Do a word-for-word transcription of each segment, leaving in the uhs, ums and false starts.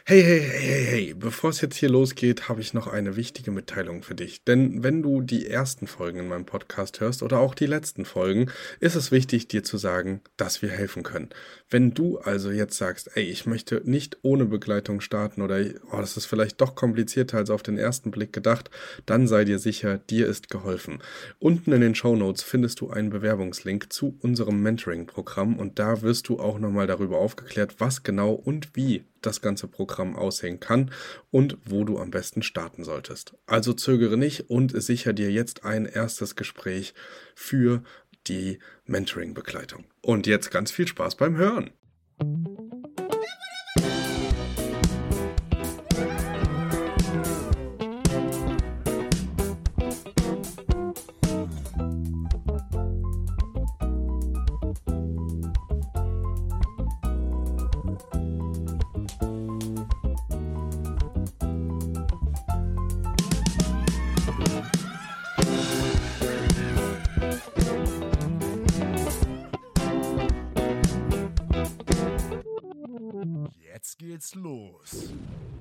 Hey, hey, hey, hey, hey, bevor es jetzt hier losgeht, habe ich noch eine wichtige Mitteilung für dich. Denn wenn du die ersten Folgen in meinem Podcast hörst oder auch die letzten Folgen, ist es wichtig, dir zu sagen, dass wir helfen können. Wenn du also jetzt sagst, ey, ich möchte nicht ohne Begleitung starten oder oh, das ist vielleicht doch komplizierter als auf den ersten Blick gedacht, dann sei dir sicher, dir ist geholfen. Unten in den Shownotes findest du einen Bewerbungslink zu unserem Mentoring-Programm und da wirst du auch nochmal darüber aufgeklärt, was genau und wie das ganze Programm aussehen kann und wo du am besten starten solltest. Also zögere nicht und sicher dir jetzt ein erstes Gespräch für die Mentoring-Begleitung. Und jetzt ganz viel Spaß beim Hören. Jetzt geht's los.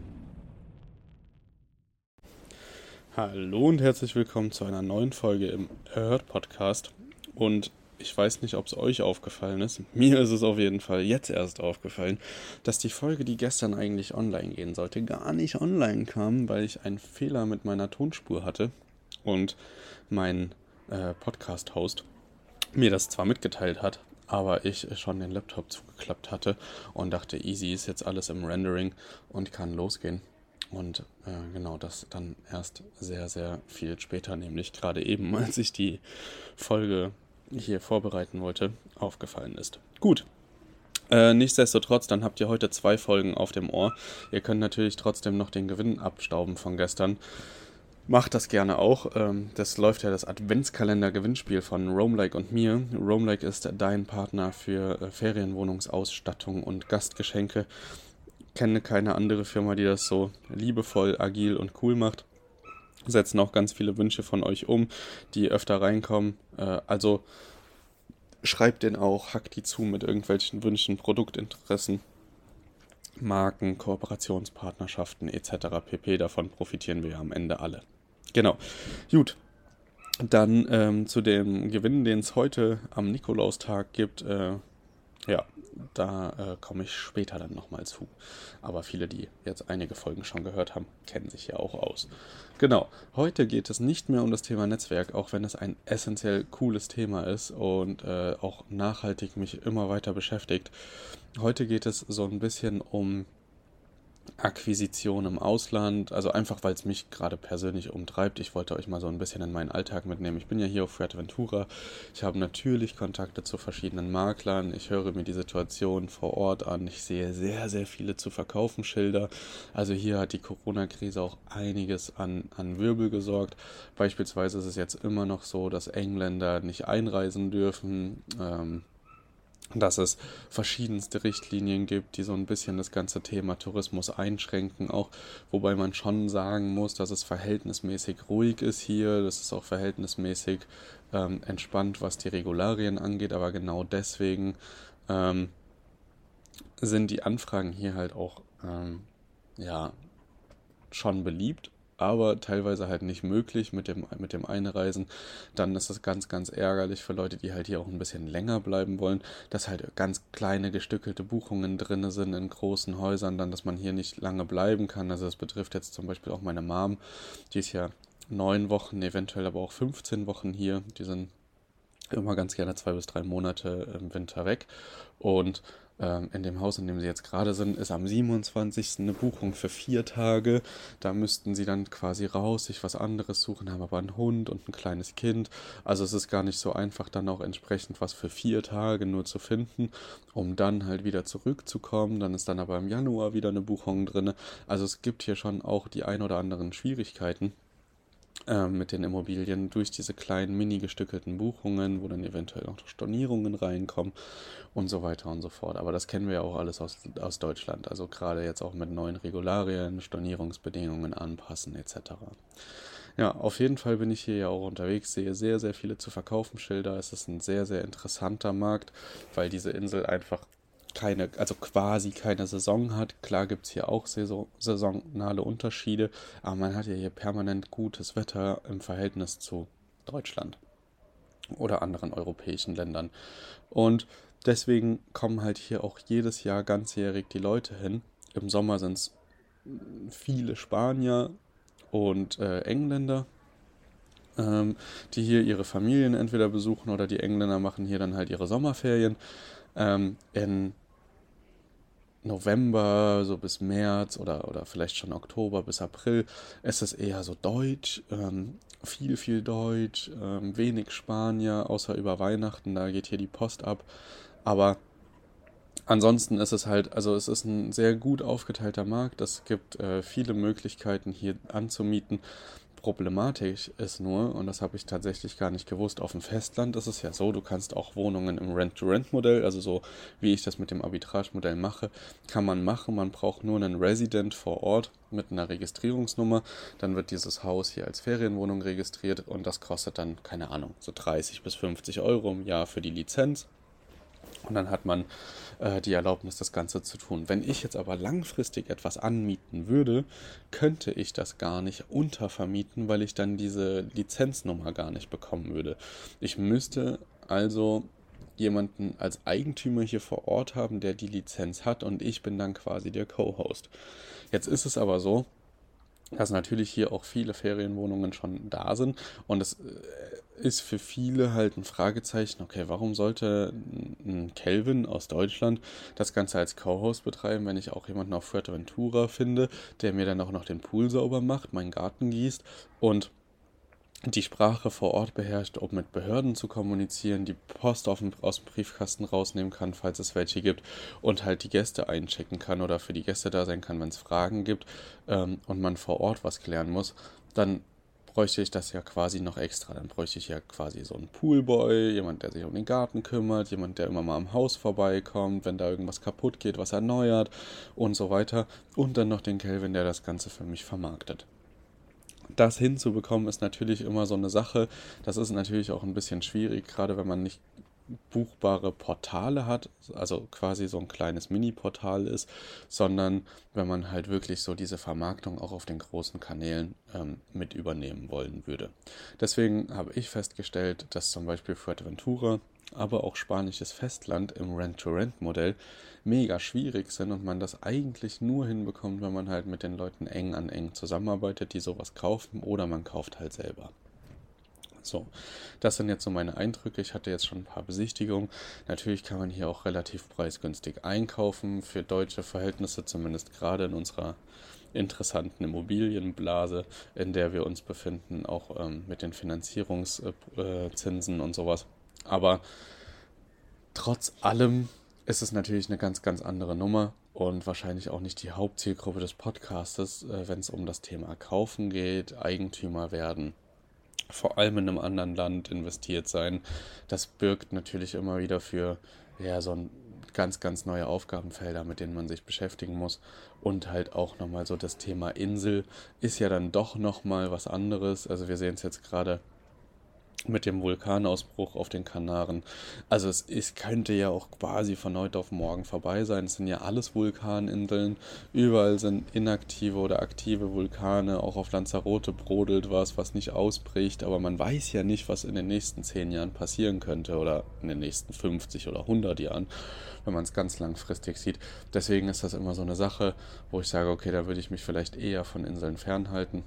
Hallo und herzlich willkommen zu einer neuen Folge im Erhört Podcast. Und ich weiß nicht, ob es euch aufgefallen ist. Mir ist es auf jeden Fall jetzt erst aufgefallen, dass die Folge, die gestern eigentlich online gehen sollte, gar nicht online kam, weil ich einen Fehler mit meiner Tonspur hatte und mein äh, Podcast-Host mir das zwar mitgeteilt hat, aber ich schon den Laptop zugeklappt hatte und dachte, easy, ist jetzt alles im Rendering und kann losgehen. Und äh, genau das dann erst sehr, sehr viel später, nämlich gerade eben, als ich die Folge hier vorbereiten wollte, aufgefallen ist. Gut. Äh, nichtsdestotrotz, dann habt ihr heute zwei Folgen auf dem Ohr. Ihr könnt natürlich trotzdem noch den Gewinn abstauben von gestern. Macht das gerne auch. Das läuft ja das Adventskalender-Gewinnspiel von Roamlike und mir. Roamlike ist dein Partner für Ferienwohnungsausstattung und Gastgeschenke. Kenne keine andere Firma, die das so liebevoll, agil und cool macht. Setzen auch ganz viele Wünsche von euch um, die öfter reinkommen. Also schreibt den auch, hackt die zu mit irgendwelchen Wünschen, Produktinteressen, Marken, Kooperationspartnerschaften et cetera pp. Davon profitieren wir ja am Ende alle. Genau. Gut. Dann ähm, zu dem Gewinn, den es heute am Nikolaustag gibt. Äh, ja, da äh, komme ich später dann nochmal zu. Aber viele, die jetzt einige Folgen schon gehört haben, kennen sich ja auch aus. Genau. Heute geht es nicht mehr um das Thema Netzwerk, auch wenn es ein essentiell cooles Thema ist und äh, auch nachhaltig mich immer weiter beschäftigt. Heute geht es so ein bisschen um Akquisition im Ausland, also einfach, weil es mich gerade persönlich umtreibt. Ich wollte euch mal so ein bisschen in meinen Alltag mitnehmen. Ich bin ja hier auf Fuerteventura. Ich habe natürlich Kontakte zu verschiedenen Maklern. Ich höre mir die Situation vor Ort an. Ich sehe sehr, sehr viele zu verkaufen Schilder. Also hier hat die Corona-Krise auch einiges an, an Wirbel gesorgt. Beispielsweise ist es jetzt immer noch so, dass Engländer nicht einreisen dürfen. Ähm, dass es verschiedenste Richtlinien gibt, die so ein bisschen das ganze Thema Tourismus einschränken, auch wobei man schon sagen muss, dass es verhältnismäßig ruhig ist hier, das ist auch verhältnismäßig ähm, entspannt, was die Regularien angeht, aber genau deswegen ähm, sind die Anfragen hier halt auch ähm, ja schon beliebt, aber teilweise halt nicht möglich mit dem, mit dem Einreisen. Dann ist das ganz, ganz ärgerlich für Leute, die halt hier auch ein bisschen länger bleiben wollen, dass halt ganz kleine gestückelte Buchungen drin sind in großen Häusern, dann, dass man hier nicht lange bleiben kann. Also das betrifft jetzt zum Beispiel auch meine Mom, die ist ja neun Wochen, eventuell aber auch fünfzehn Wochen hier. Die sind immer ganz gerne zwei bis drei Monate im Winter weg. Und ähm, in dem Haus, in dem sie jetzt gerade sind, ist am siebenundzwanzigsten eine Buchung für vier Tage. Da müssten sie dann quasi raus, sich was anderes suchen, haben aber einen Hund und ein kleines Kind. Also es ist gar nicht so einfach, dann auch entsprechend was für vier Tage nur zu finden, um dann halt wieder zurückzukommen. Dann ist dann aber im Januar wieder eine Buchung drin. Also es gibt hier schon auch die ein oder anderen Schwierigkeiten mit den Immobilien durch diese kleinen mini gestückelten Buchungen, wo dann eventuell auch Stornierungen reinkommen und so weiter und so fort. Aber das kennen wir ja auch alles aus, aus Deutschland. Also gerade jetzt auch mit neuen Regularien, Stornierungsbedingungen anpassen et cetera. Ja, auf jeden Fall bin ich hier ja auch unterwegs, sehe sehr, sehr viele zu verkaufen Schilder. Es ist ein sehr, sehr interessanter Markt, weil diese Insel einfach keine, also quasi keine Saison hat. Klar gibt es hier auch saison, saisonale Unterschiede, aber man hat ja hier permanent gutes Wetter im Verhältnis zu Deutschland oder anderen europäischen Ländern. Und deswegen kommen halt hier auch jedes Jahr ganzjährig die Leute hin. Im Sommer sind es viele Spanier und äh, Engländer, ähm, die hier ihre Familien entweder besuchen oder die Engländer machen hier dann halt ihre Sommerferien. Ähm, in November, so bis März oder, oder vielleicht schon Oktober bis April, ist es eher so Deutsch, ähm, viel, viel Deutsch, ähm, wenig Spanier, außer über Weihnachten, da geht hier die Post ab. Aber ansonsten ist es halt, also es ist ein sehr gut aufgeteilter Markt, es gibt äh, viele Möglichkeiten hier anzumieten. Problematisch ist nur, und das habe ich tatsächlich gar nicht gewusst, auf dem Festland ist es ja so, du kannst auch Wohnungen im Rent-to-Rent-Modell, also so wie ich das mit dem Arbitrage-Modell mache, kann man machen. Man braucht nur einen Resident vor Ort mit einer Registrierungsnummer. Dann wird dieses Haus hier als Ferienwohnung registriert und das kostet dann, keine Ahnung, so dreißig bis fünfzig Euro im Jahr für die Lizenz. Und dann hat man äh, die Erlaubnis, das Ganze zu tun. Wenn ich jetzt aber langfristig etwas anmieten würde, könnte ich das gar nicht untervermieten, weil ich dann diese Lizenznummer gar nicht bekommen würde. Ich müsste also jemanden als Eigentümer hier vor Ort haben, der die Lizenz hat, und ich bin dann quasi der Co-Host. Jetzt ist es aber so, dass natürlich hier auch viele Ferienwohnungen schon da sind und es ist für viele halt ein Fragezeichen, okay, warum sollte ein Kelvin aus Deutschland das Ganze als Co-Host betreiben, wenn ich auch jemanden auf Fuerteventura finde, der mir dann auch noch den Pool sauber macht, meinen Garten gießt und die Sprache vor Ort beherrscht, um mit Behörden zu kommunizieren, die Post auf dem, aus dem Briefkasten rausnehmen kann, falls es welche gibt, und halt die Gäste einchecken kann oder für die Gäste da sein kann, wenn es Fragen gibt ähm, und man vor Ort was klären muss, dann bräuchte ich das ja quasi noch extra. Dann bräuchte ich ja quasi so einen Poolboy, jemand, der sich um den Garten kümmert, jemand, der immer mal am Haus vorbeikommt, wenn da irgendwas kaputt geht, was erneuert und so weiter, und dann noch den Kelvin, der das Ganze für mich vermarktet. Das hinzubekommen ist natürlich immer so eine Sache. Das ist natürlich auch ein bisschen schwierig, gerade wenn man nicht buchbare Portale hat, also quasi so ein kleines Mini-Portal ist, sondern wenn man halt wirklich so diese Vermarktung auch auf den großen Kanälen ähm, mit übernehmen wollen würde. Deswegen habe ich festgestellt, dass zum Beispiel Fuerteventura, aber auch spanisches Festland im Rent-to-Rent-Modell mega schwierig sind und man das eigentlich nur hinbekommt, wenn man halt mit den Leuten eng an eng zusammenarbeitet, die sowas kaufen, oder man kauft halt selber. So, das sind jetzt so meine Eindrücke. Ich hatte jetzt schon ein paar Besichtigungen. Natürlich kann man hier auch relativ preisgünstig einkaufen, für deutsche Verhältnisse, zumindest gerade in unserer interessanten Immobilienblase, in der wir uns befinden, auch ähm, mit den Finanzierungszinsen und sowas. Aber trotz allem ist es natürlich eine ganz, ganz andere Nummer und wahrscheinlich auch nicht die Hauptzielgruppe des Podcastes, äh, wenn es um das Thema Kaufen geht, Eigentümer werden, vor allem in einem anderen Land investiert sein. Das birgt natürlich immer wieder für ja, so ein ganz, ganz neue Aufgabenfelder, mit denen man sich beschäftigen muss. Und halt auch nochmal so das Thema Insel ist ja dann doch nochmal was anderes. Also wir sehen es jetzt gerade mit dem Vulkanausbruch auf den Kanaren. Also es ist, könnte ja auch quasi von heute auf morgen vorbei sein. Es sind ja alles Vulkaninseln. Überall sind inaktive oder aktive Vulkane. Auch auf Lanzarote brodelt was, was nicht ausbricht. Aber man weiß ja nicht, was in den nächsten zehn Jahren passieren könnte oder in den nächsten fünfzig oder hundert Jahren, wenn man es ganz langfristig sieht. Deswegen ist das immer so eine Sache, wo ich sage, okay, da würde ich mich vielleicht eher von Inseln fernhalten.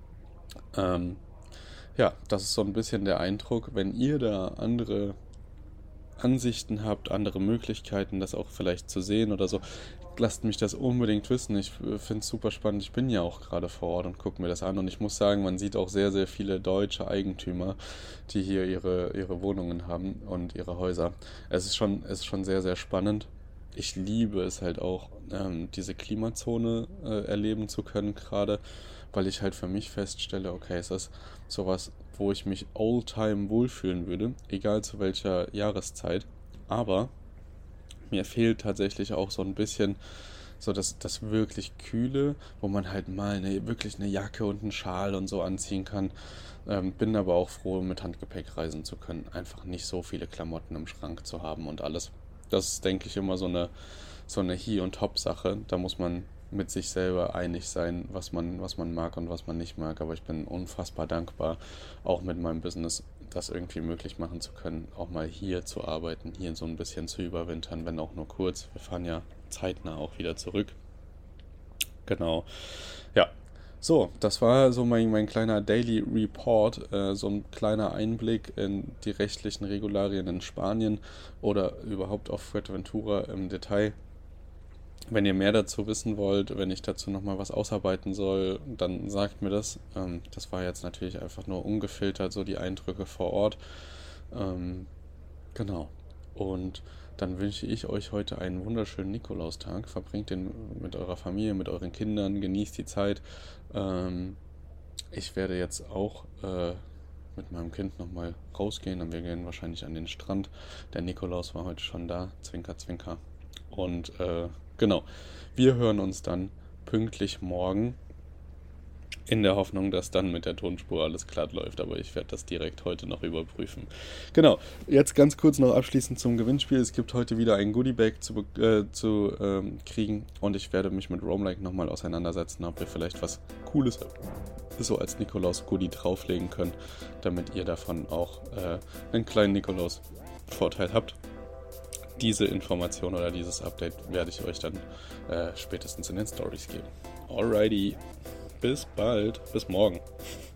Ähm, Ja, das ist so ein bisschen der Eindruck. Wenn ihr da andere Ansichten habt, andere Möglichkeiten, das auch vielleicht zu sehen oder so, lasst mich das unbedingt wissen. Ich finde es super spannend. Ich bin ja auch gerade vor Ort und gucke mir das an. Und ich muss sagen, man sieht auch sehr, sehr viele deutsche Eigentümer, die hier ihre, ihre Wohnungen haben und ihre Häuser. Es ist schon, es ist schon sehr, sehr spannend. Ich liebe es halt auch, ähm, diese Klimazone äh, erleben zu können gerade, weil ich halt für mich feststelle, okay, es ist sowas, wo ich mich all-time wohlfühlen würde, egal zu welcher Jahreszeit. Aber mir fehlt tatsächlich auch so ein bisschen so das, das wirklich Kühle, wo man halt mal eine, wirklich eine Jacke und einen Schal und so anziehen kann. Ähm, bin aber auch froh, mit Handgepäck reisen zu können. Einfach nicht so viele Klamotten im Schrank zu haben und alles. Das ist, denke ich, immer so eine, so eine Hi- und Top-Sache. Da muss man mit sich selber einig sein, was man, was man mag und was man nicht mag. Aber ich bin unfassbar dankbar, auch mit meinem Business das irgendwie möglich machen zu können, auch mal hier zu arbeiten, hier so ein bisschen zu überwintern, wenn auch nur kurz. Wir fahren ja zeitnah auch wieder zurück. Genau. Ja. So, das war so mein, mein kleiner Daily Report, äh, so ein kleiner Einblick in die rechtlichen Regularien in Spanien oder überhaupt auf Fuerteventura im Detail. Wenn ihr mehr dazu wissen wollt, wenn ich dazu nochmal was ausarbeiten soll, dann sagt mir das. Ähm, das war jetzt natürlich einfach nur ungefiltert, so die Eindrücke vor Ort. Ähm, genau. Und dann wünsche ich euch heute einen wunderschönen Nikolaustag. Verbringt den mit eurer Familie, mit euren Kindern, genießt die Zeit. Ähm, ich werde jetzt auch äh, mit meinem Kind nochmal rausgehen und wir gehen wahrscheinlich an den Strand. Der Nikolaus war heute schon da, Zwinker, Zwinker. Und äh, genau, wir hören uns dann pünktlich morgen in der Hoffnung, dass dann mit der Tonspur alles glatt läuft, aber ich werde das direkt heute noch überprüfen. Genau, jetzt ganz kurz noch abschließend zum Gewinnspiel. Es gibt heute wieder ein Goodiebag zu, äh, zu ähm, kriegen und ich werde mich mit Roamlike nochmal auseinandersetzen, ob wir vielleicht was Cooles so als Nikolaus-Goodie drauflegen können, damit ihr davon auch äh, einen kleinen Nikolaus-Vorteil habt. Diese Information oder dieses Update werde ich euch dann äh, spätestens in den Stories geben. Alrighty. Bis bald. Bis morgen.